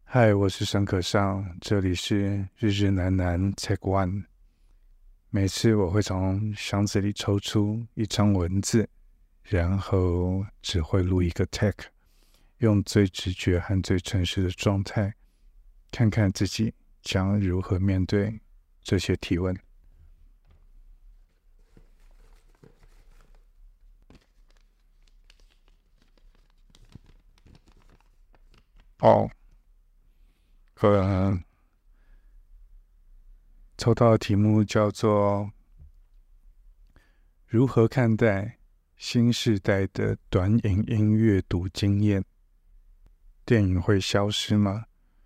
嗨，我是沈可尚，这里是日日南南 Take One。每次我会从箱子里抽出一张文字，然后只会录一个 take，用最直觉和最诚实的状态，看看自己将如何面对这些提问。哦，呃，抽到的题目叫做如何看待新时代的短影音阅读经验？电影会消失吗？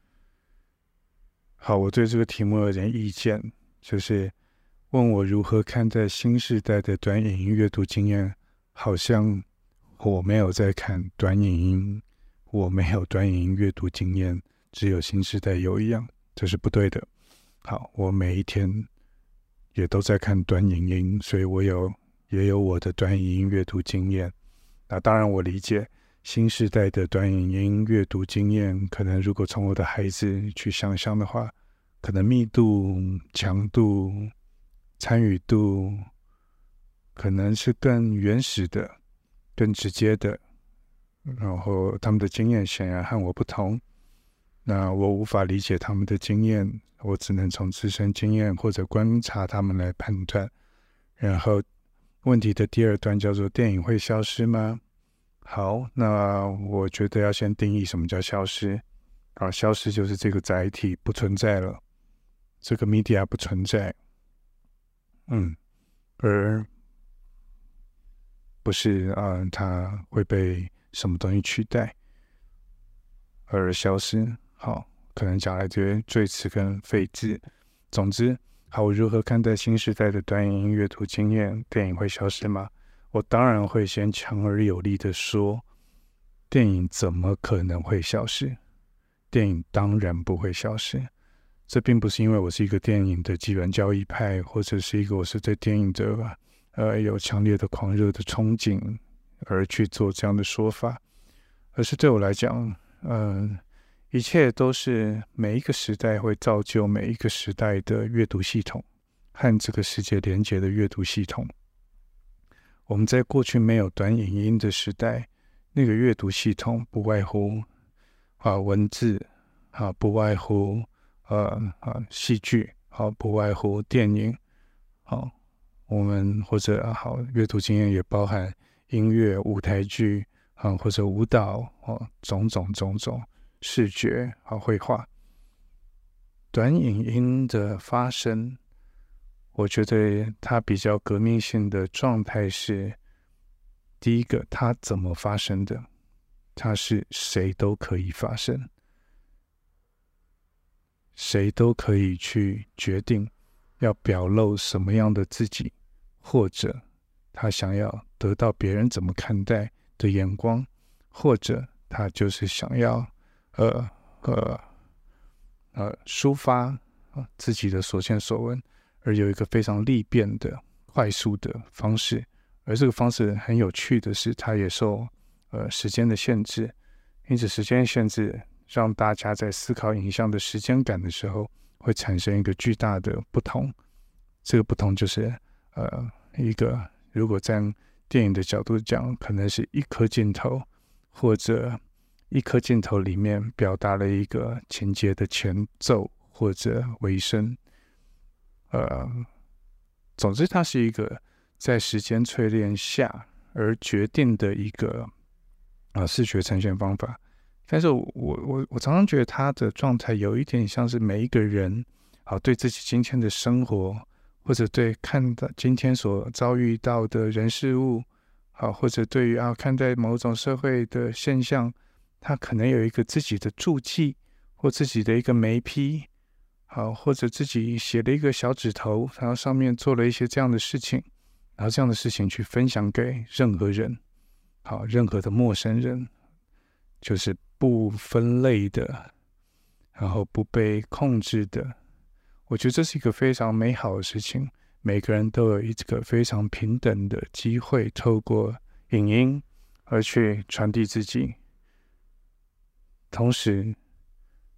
好，我对这个题目有点意见，就是问我如何看待新时代的短影音阅读经验，好像我没有在看短影音，我没有短影音阅读经验，只有新时代有一样，这是不对的。好，我每一天也都在看短影音，所以也有我的短影音阅读经验。那当然，我理解新时代的短影音阅读经验，可能如果从我的孩子去想象的话，可能密度、强度、参与度，可能是更原始的、更直接的。然后他们的经验显然和我不同，那我无法理解他们的经验，我只能从自身经验或者观察他们来判断。然后问题的第二段叫做电影会消失吗？好，那我觉得要先定义什么叫消失。消失就是这个载体不存在了，这个 media 不存在，而不是它会被什么东西取代而消失。好，可能讲来这些赘词跟废字。总之，好，我如何看待新时代的短影音阅读经验？电影会消失吗？我当然会先强而有力的说，电影怎么可能会消失？电影当然不会消失。这并不是因为我是一个电影的基本教义派，或者是我是对电影的有强烈的狂热的憧憬而去做这样的说法，而是对我来讲，一切都是每一个时代会造就每一个时代的阅读系统和这个世界连接的阅读系统。我们在过去没有短影音的时代，那个阅读系统不外乎文字不外乎戏剧不外乎电影好，我们或者阅读经验也包含音乐、舞台剧或者舞蹈种种视觉绘画。短影音的发生，我觉得它比较革命性的状态是，第一个，它怎么发生的？它是谁都可以发生，谁都可以去决定要表露什么样的自己，或者他想要得到别人怎么看待的眼光，或者他就是想要呃呃抒发自己的所见所闻，而有一个非常利便的、快速的方式。而这个方式很有趣的是，它也受时间的限制，因此时间限制让大家在思考影像的时间感的时候，会产生一个巨大的不同。这个不同就是一个如果站电影的角度讲，可能是一颗镜头，或者一颗镜头里面表达了一个情节的前奏或者尾声。呃，总之，它是一个在时间淬炼下而决定的一个视觉呈现方法。但是我常常觉得他的状态有一点像是每一个人对自己今天的生活，或者对看到今天所遭遇到的人事物，或者对于看待某种社会的现象，他可能有一个自己的注记或自己的一个眉批，或者自己写了一个小指头，然后上面做了一些这样的事情，然后这样的事情去分享给任何人，任何的陌生人，就是不分类的，然后不被控制的。我觉得这是一个非常美好的事情，每个人都有一个非常平等的机会，透过影音而去传递自己。同时，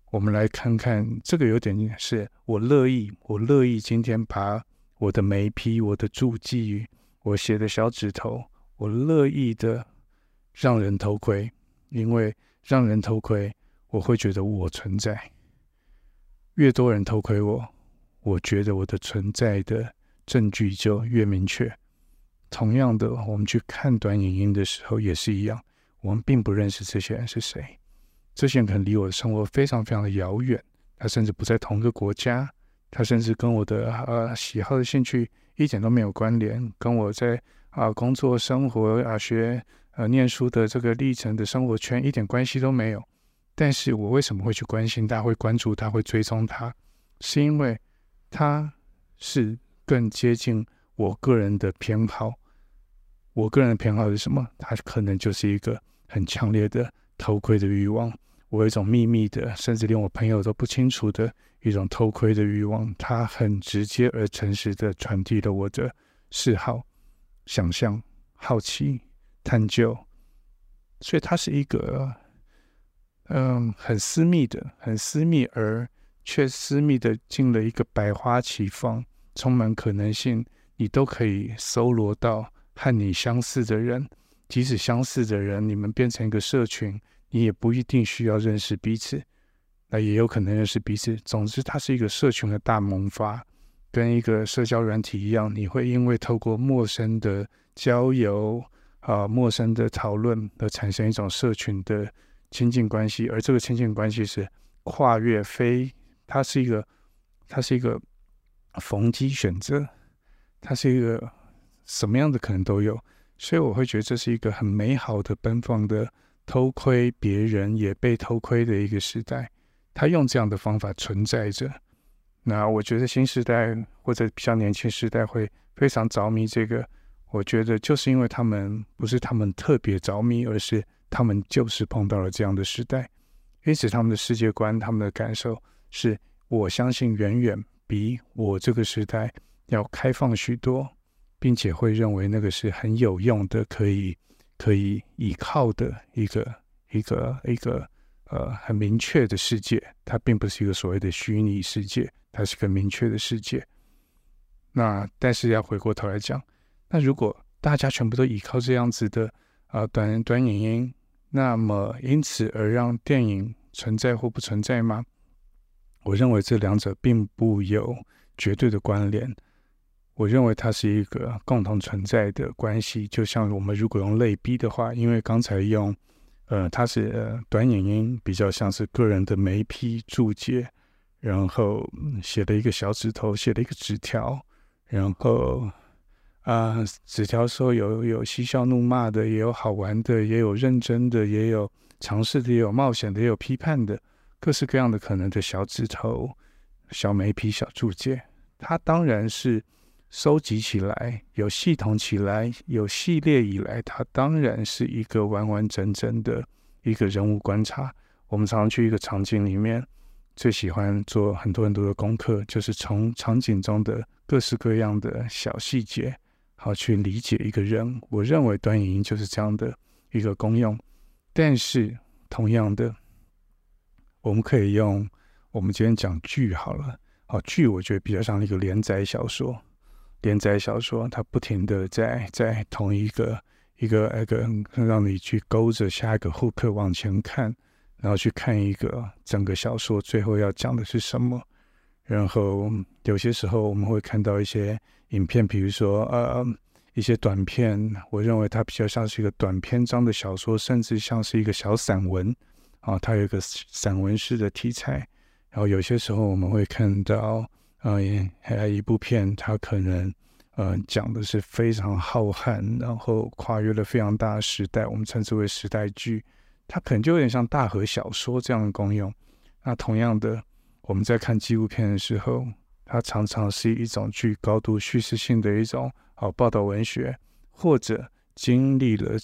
我们来看看这个有点是我乐意今天把我的眉批、我的注记、我写的小指头，我乐意的让人偷窥，因为让人偷窥，我会觉得我存在。越多人偷窥我，我觉得我的存在的证据就越明确。同样的，我们去看短影音的时候也是一样，我们并不认识这些人是谁，这些人可能离我的生活非常非常的遥远，他甚至不在同一个国家，他甚至跟我的喜好的兴趣一点都没有关联，跟我在工作、生活学念书的这个历程的生活圈一点关系都没有。但是我为什么会去关心他，会关注他，会追踪他，是因为他是更接近我个人的偏好。我个人的偏好是什么？他可能就是一个很强烈的偷窥的欲望，我有一种秘密的，甚至连我朋友都不清楚的一种偷窥的欲望，他很直接而诚实的传递了我的嗜好、想象、好奇、探究，所以它是一个很私密而却私密的进了一个百花齐放，充满可能性，你都可以搜罗到和你相似的人，即使相似的人，你们变成一个社群，你也不一定需要认识彼此，那也有可能认识彼此。总之，它是一个社群的大萌发，跟一个社交软体一样，你会因为透过陌生的交友陌生的讨论而产生一种社群的亲近关系，而这个亲近关系是跨越它是一个逢机选择，它是一个什么样的可能都有，所以我会觉得这是一个很美好的奔放的偷窥别人也被偷窥的一个时代，他用这样的方法存在着。那我觉得新时代或者比较年轻时代会非常着迷这个，我觉得就是因为他们不是他们特别着迷，而是他们就是碰到了这样的时代，因此他们的世界观、他们的感受是我相信远远比我这个时代要开放许多，并且会认为那个是很有用的，可以依靠的一个很明确的世界，它并不是一个所谓的虚拟世界，它是个明确的世界。那但是要回过头来讲，那如果大家全部都依靠这样子的短影音，那么因此而让电影存在或不存在吗？我认为这两者并不有绝对的关联，我认为它是一个共同存在的关系。就像我们如果用类比的话，因为刚才用它是短影音比较像是个人的眉批注解，然后写了一个小指头，写了一个纸条，然后纸条说有嬉笑怒骂的，也有好玩的，也有认真的，也有尝试的，也有冒险的，也有批判的，各式各样的可能的小指头、小眉批、小注解，它当然是收集起来、有系统起来、有系列以来，它当然是一个完完整整的一个人物观察。我们常常去一个场景里面，最喜欢做很多很多的功课，就是从场景中的各式各样的小细节，好去理解一个人。我认为短影音就是这样的一个功用。但是同样的，我们可以用我们今天讲剧好了。好，剧我觉得比较像一个连载小说。连载小说它不停的在同一个让你去勾着下一个hook往前看，然后去看一个整个小说最后要讲的是什么。然后有些时候我们会看到一些影片，比如说一些短片，我认为它比较像是一个短篇章的小说，甚至像是一个小散文它有一个散文式的题材。然后有些时候我们会看到一部片，它可能讲的是非常浩瀚，然后跨越了非常大的时代，我们称之为时代剧，它可能就有点像大河小说这样的功用。那同样的，我们在看纪录片的时候，它常常是一种具高度叙事性的一种报道文学，或者经历了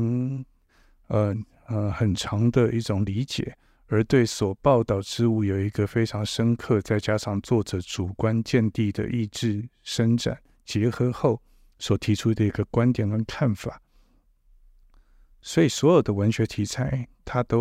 很长的一种理解，而对所报道之物有一个非常深刻，再加上作者主观见地的意志伸展结合后所提出的一个观点跟看法。所以所有的文学题材它都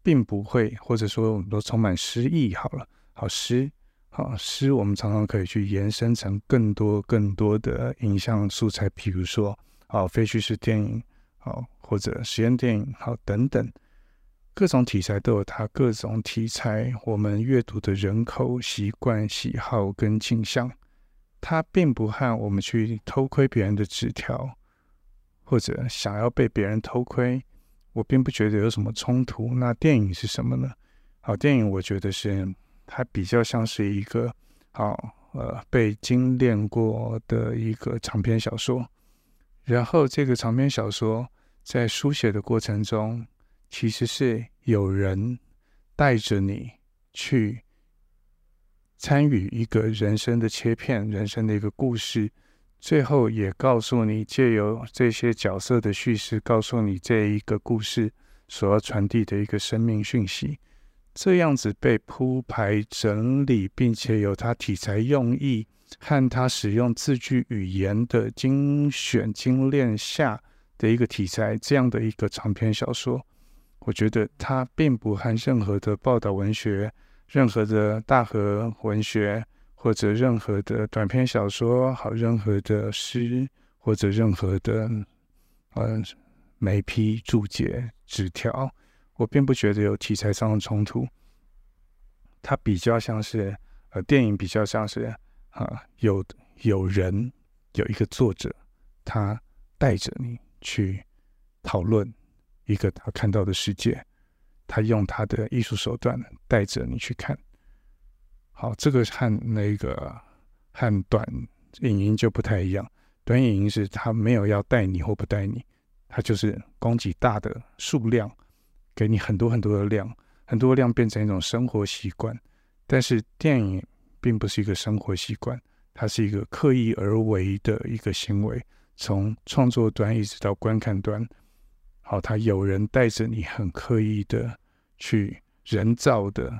并不会，或者说我们都充满诗意好了，诗我们常常可以去延伸成更多的影像素材，比如说非叙事电影或者实验电影等等，各种题材都有它各种题材我们阅读的人口习惯喜好跟倾向，它并不和我们去偷窥别人的纸条或者想要被别人偷窥，我并不觉得有什么冲突。那电影是什么呢？电影我觉得是它比较像是一个被精炼过的一个长篇小说，然后这个长篇小说在书写的过程中，其实是有人带着你去参与一个人生的切片，人生的一个故事，最后也告诉你，借由这些角色的叙事，告诉你这一个故事所要传递的一个生命讯息。这样子被铺排整理，并且有它题材用意和它使用字句语言的精选精炼下的一个题材，这样的一个长篇小说，我觉得它并不和任何的报道文学、任何的大河文学或者任何的短篇小说任何的诗或者任何的眉批注解纸条，我并不觉得有题材上的冲突。它比较像是电影比较像是有人有一个作者，他带着你去讨论一个他看到的世界，他用他的艺术手段带着你去看。这个和短影音就不太一样。短影音是他没有要带你或不带你，他就是供给大的数量，给你很多的量，很多量变成一种生活习惯。但是电影并不是一个生活习惯，它是一个刻意而为的一个行为，从创作端一直到观看端。它有人带着你很刻意的去人造的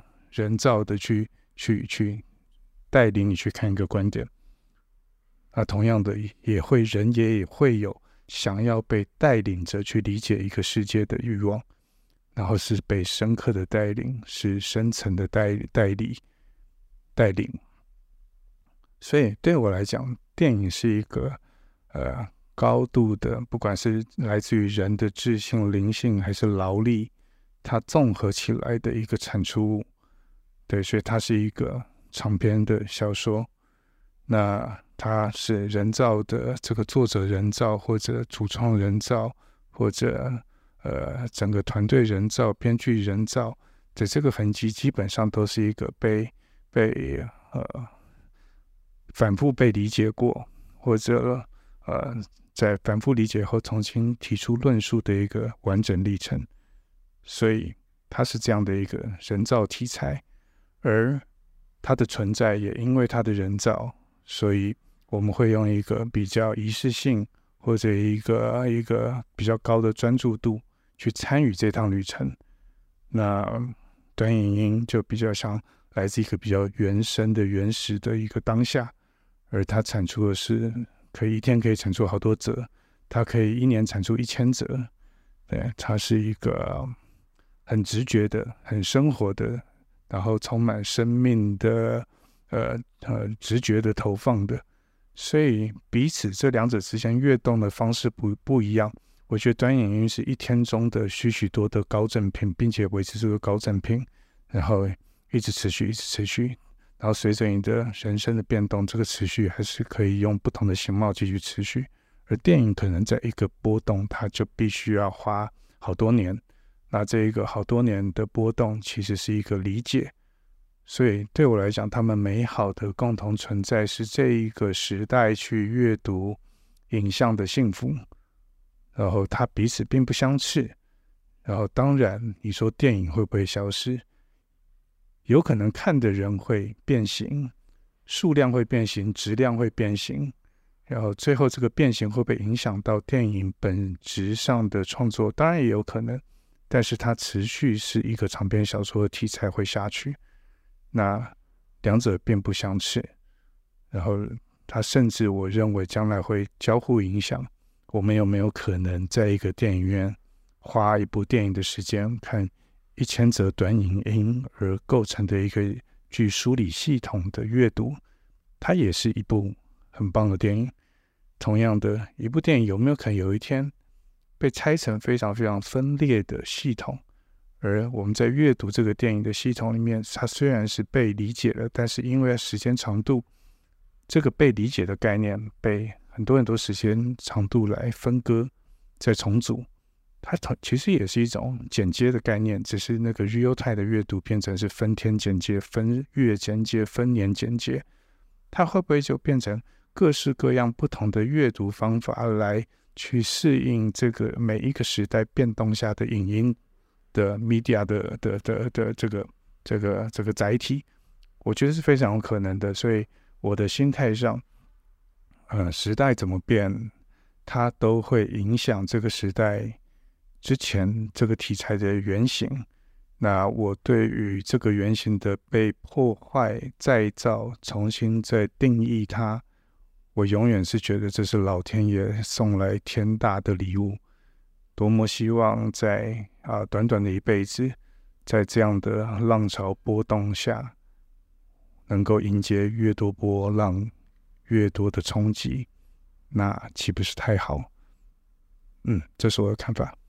去带领你去看一个观点。同样的人也会有想要被带领着去理解一个世界的欲望，然后是被深刻的带领，是深层的带领。所以对我来讲，电影是一个高度的，不管是来自于人的智性、灵性还是劳力，它综合起来的一个产出物。对，所以它是一个长篇的小说。那它是人造的，这个作者人造，或者主创人造，或者整个团队人造、编剧人造的这个痕迹，基本上都是一个被反复被理解过，或者在反复理解后重新提出论述的一个完整历程。所以它是这样的一个人造题材，而它的存在也因为它的人造，所以我们会用一个比较仪式性或者一个比较高的专注度去参与这趟旅程。那短影音就比较像来自一个比较原生的原始的一个当下，而它产出的是一天可以产出好多则，它可以一年产出1000则。对，它是一个很直觉的、很生活的，然后充满生命的直觉的投放的。所以彼此这两者之间跃动的方式不一样。我觉得短影音是一天中的许多的高振频，并且维持这个高振频，然后一直持续，然后随着你的人生的变动，这个持续还是可以用不同的形貌继续持续。而电影可能在一个波动，它就必须要花好多年。那这一个好多年的波动，其实是一个理解。所以对我来讲，他们美好的共同存在是这一个时代去阅读影像的幸福。然后它彼此并不相斥。然后当然，你说电影会不会消失？有可能看的人会变形，数量会变形，质量会变形。然后最后这个变形会不会影响到电影本质上的创作？当然也有可能，但是它持续是一个长篇小说的题材会下去。那两者并不相斥，然后它甚至我认为将来会交互影响。我们有没有可能在一个电影院花一部电影的时间看 1000则短影音而构成的一个具梳理系统的阅读，它也是一部很棒的电影。同样的，一部电影有没有可能有一天被拆成非常非常分裂的系统，而我们在阅读这个电影的系统里面，它虽然是被理解了，但是因为时间长度，这个被理解的概念被很多时间长度来分割再重组，它其实也是一种剪接的概念，只是那个 real time 的阅读变成是分天剪接、分月剪接、分年剪接，它会不会就变成各式各样不同的阅读方法来去适应这个每一个时代变动下的影音的 media 的这个载体？我觉得是非常有可能的。所以我的心态上，时代怎么变，它都会影响这个时代之前这个题材的原型。那我对于这个原型的被破坏、再造、重新再定义它，我永远是觉得这是老天爷送来天大的礼物。多么希望在短短的一辈子，在这样的浪潮波动下，能够迎接越多波浪，越多的冲击，那岂不是太好？这是我的看法。